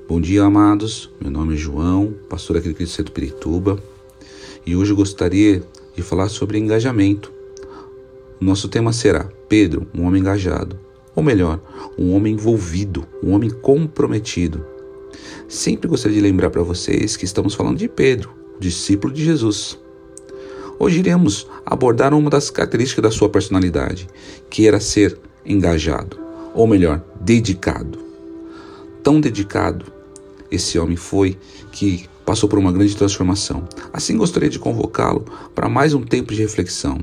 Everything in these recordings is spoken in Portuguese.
Bom dia, amados. Meu nome é João, pastor aqui do Cristo Centro Pirituba, e hoje eu gostaria de falar sobre engajamento. O nosso tema será Pedro, um homem engajado, ou melhor, um homem envolvido, um homem comprometido. Sempre gostaria de lembrar para vocês que estamos falando de Pedro, discípulo de Jesus. Hoje iremos abordar uma das características da sua personalidade, que era ser engajado, ou melhor, dedicado. Tão dedicado esse homem foi que passou por uma grande transformação. Assim gostaria de convocá-lo para mais um tempo de reflexão.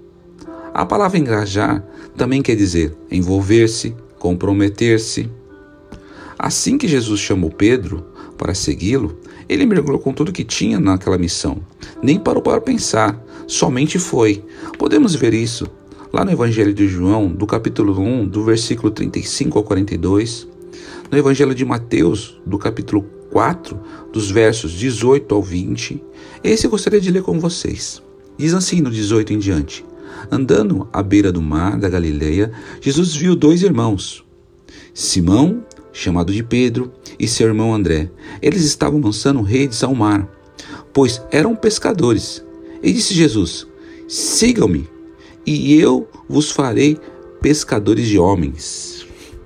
A palavra engajar também quer dizer envolver-se, comprometer-se. Assim que Jesus chamou Pedro para segui-lo, ele mergulhou com tudo que tinha naquela missão. Nem parou para pensar, somente foi. Podemos ver isso lá no Evangelho de João, do capítulo 1, do versículo 35 ao 42, no Evangelho de Mateus, do capítulo 4, dos versos 18 ao 20. Esse eu gostaria de ler com vocês. Diz assim no 18 em diante: Andando à beira do mar da Galileia, Jesus viu dois irmãos, Simão, chamado de Pedro, e seu irmão André. Eles estavam lançando redes ao mar, pois eram pescadores. E disse Jesus: Sigam-me, e eu vos farei pescadores de homens.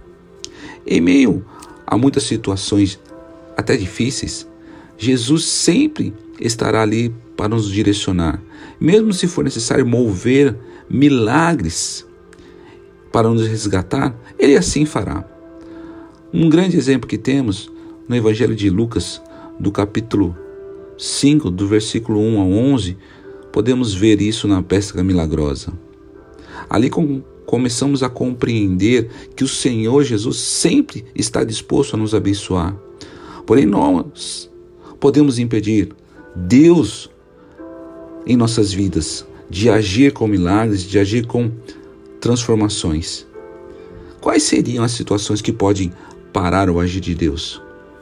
Em meio a muitas situações até difíceis, Jesus sempre estará ali para nos direcionar, mesmo se for necessário mover milagres para nos resgatar, Ele assim fará. Um grande exemplo que temos no Evangelho de Lucas, do capítulo 5, do versículo 1 ao 11, podemos ver isso na pesca milagrosa. Ali começamos a compreender que o Senhor Jesus sempre está disposto a nos abençoar. Porém, nós podemos impedir Deus em nossas vidas de agir com milagres, de agir com transformações. Quais seriam as situações que podem parar o agir de Deus?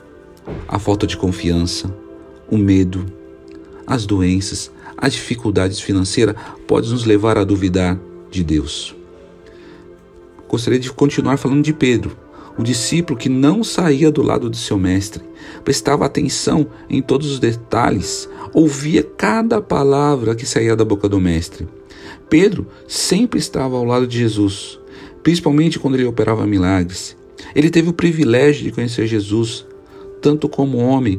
A falta de confiança, o medo, as doenças, as dificuldades financeiras podem nos levar a duvidar de Deus. Gostaria de continuar falando de Pedro, o discípulo que não saía do lado de seu mestre, prestava atenção em todos os detalhes, ouvia cada palavra que saía da boca do mestre. Pedro sempre estava ao lado de Jesus, principalmente quando ele operava milagres. Ele teve o privilégio de conhecer Jesus, tanto como homem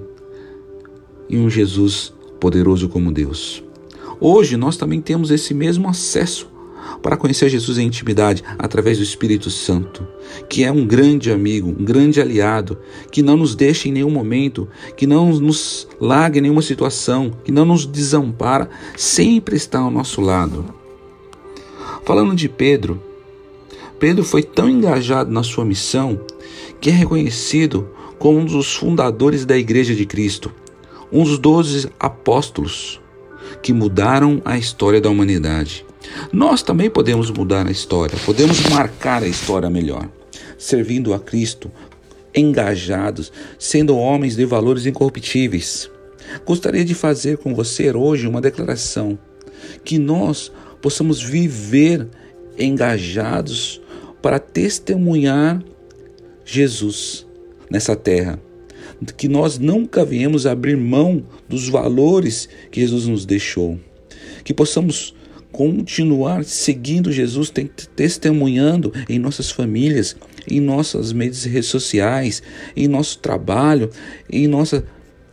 e um Jesus poderoso como Deus. Hoje nós também temos esse mesmo acesso para conhecer Jesus em intimidade através do Espírito Santo, que é um grande amigo, um grande aliado, que não nos deixa em nenhum momento, que não nos larga em nenhuma situação, que não nos desampara, sempre está ao nosso lado. Falando de Pedro, Pedro foi tão engajado na sua missão que é reconhecido como um dos fundadores da Igreja de Cristo, um dos 12 apóstolos que mudaram a história da humanidade. Nós também podemos mudar a história, podemos marcar a história melhor, servindo a Cristo, engajados, sendo homens de valores incorruptíveis. Gostaria de fazer com você hoje uma declaração, que nós possamos viver engajados para testemunhar Jesus nessa terra, que nós nunca viemos abrir mão dos valores que Jesus nos deixou, que possamos continuar seguindo Jesus, testemunhando em nossas famílias, em nossas redes sociais, em nosso trabalho, em nossa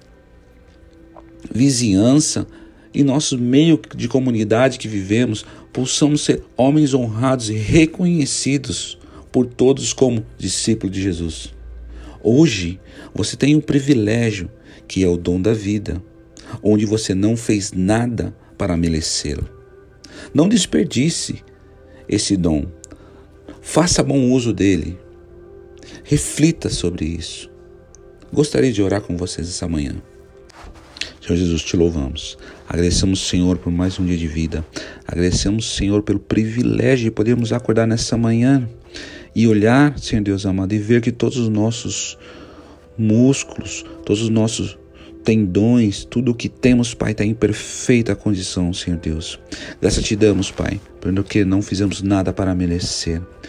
vizinhança, em nosso meio de comunidade que vivemos, possamos ser homens honrados e reconhecidos por todos como discípulos de Jesus. Hoje você tem um privilégio que é o dom da vida, onde você não fez nada para merecê-lo. Não desperdice esse dom. Faça bom uso dele. Reflita sobre isso. Gostaria de orar com vocês essa manhã. Senhor Jesus, te louvamos. Agradecemos, Senhor, por mais um dia de vida. Agradecemos, Senhor, pelo privilégio de podermos acordar nessa manhã e olhar, Senhor Deus amado, e ver que todos os nossos músculos, todos os nossos tendões, tudo o que temos, Pai, está em perfeita condição, Senhor Deus. Graças te damos, Pai, porque não fizemos nada para merecer.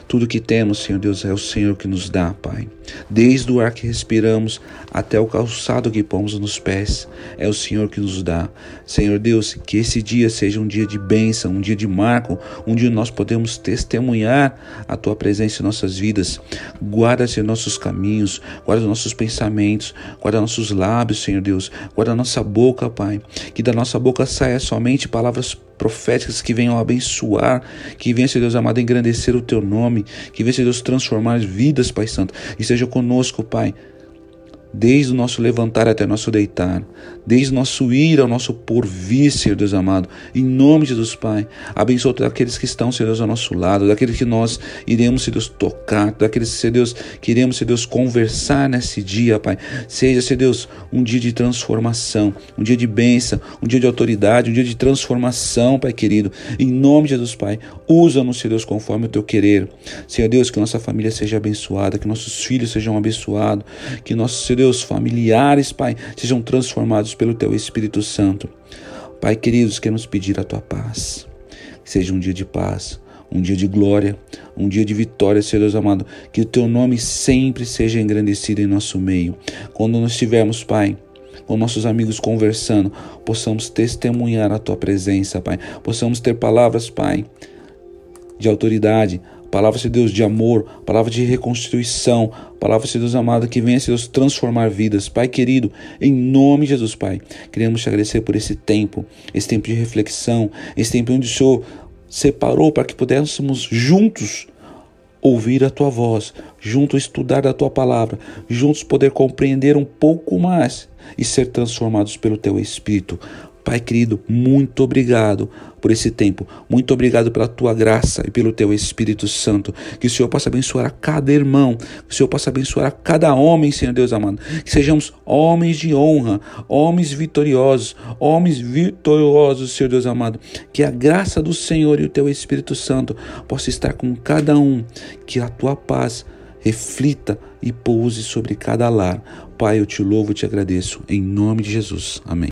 Tudo que temos, Senhor Deus, é o Senhor que nos dá, Pai. Desde o ar que respiramos até o calçado que pomos nos pés, é o Senhor que nos dá. Senhor Deus, que esse dia seja um dia de bênção, um dia de marco, um dia nós podemos testemunhar a Tua presença em nossas vidas. Guarda, Senhor, nossos caminhos, guarda nossos pensamentos, guarda nossos lábios, Senhor Deus, guarda nossa boca, Pai. Que da nossa boca saia somente palavras proféticas que venham abençoar, que venham, Senhor Deus amado, engrandecer o Teu nome, que venham, Senhor Deus, transformar vidas, Pai Santo, e seja conosco, Pai, desde o nosso levantar até o nosso deitar, desde o nosso ir ao nosso porvir, Senhor Deus amado, em nome de Jesus, Pai. Abençoa todos aqueles que estão, Senhor Deus, ao nosso lado, daqueles que nós iremos, Senhor Deus, tocar, daqueles, Senhor Deus, que iremos, Senhor Deus, conversar nesse dia, Pai. Seja, Senhor Deus, um dia de transformação, um dia de bênção, um dia de autoridade, um dia de transformação, Pai querido, em nome de Jesus, Pai. Usa-nos, Senhor Deus, conforme o Teu querer. Senhor Deus, que nossa família seja abençoada, que nossos filhos sejam abençoados, que nossos, Senhor Deus, familiares, Pai, sejam transformados pelo Teu Espírito Santo. Pai queridos, queremos pedir a Tua paz. Que seja um dia de paz, um dia de glória, um dia de vitória, Senhor Deus amado. Que o Teu nome sempre seja engrandecido em nosso meio. Quando nós estivermos, Pai, com nossos amigos conversando, possamos testemunhar a Tua presença, Pai. Possamos ter palavras, Pai, de autoridade, palavras de Deus de amor, palavras de reconstituição, palavras de Deus amado, que venha, Deus, transformar vidas. Pai querido, em nome de Jesus, Pai, queremos te agradecer por esse tempo de reflexão, esse tempo onde o Senhor separou para que pudéssemos juntos ouvir a Tua voz, juntos estudar da Tua palavra, juntos poder compreender um pouco mais e ser transformados pelo Teu Espírito. Pai querido, muito obrigado por esse tempo. Muito obrigado pela Tua graça e pelo Teu Espírito Santo. Que o Senhor possa abençoar a cada irmão. Que o Senhor possa abençoar a cada homem, Senhor Deus amado. Que sejamos homens de honra, homens vitoriosos, Senhor Deus amado. Que a graça do Senhor e o Teu Espírito Santo possa estar com cada um. Que a Tua paz reflita e pouse sobre cada lar. Pai, eu Te louvo e Te agradeço. Em nome de Jesus. Amém.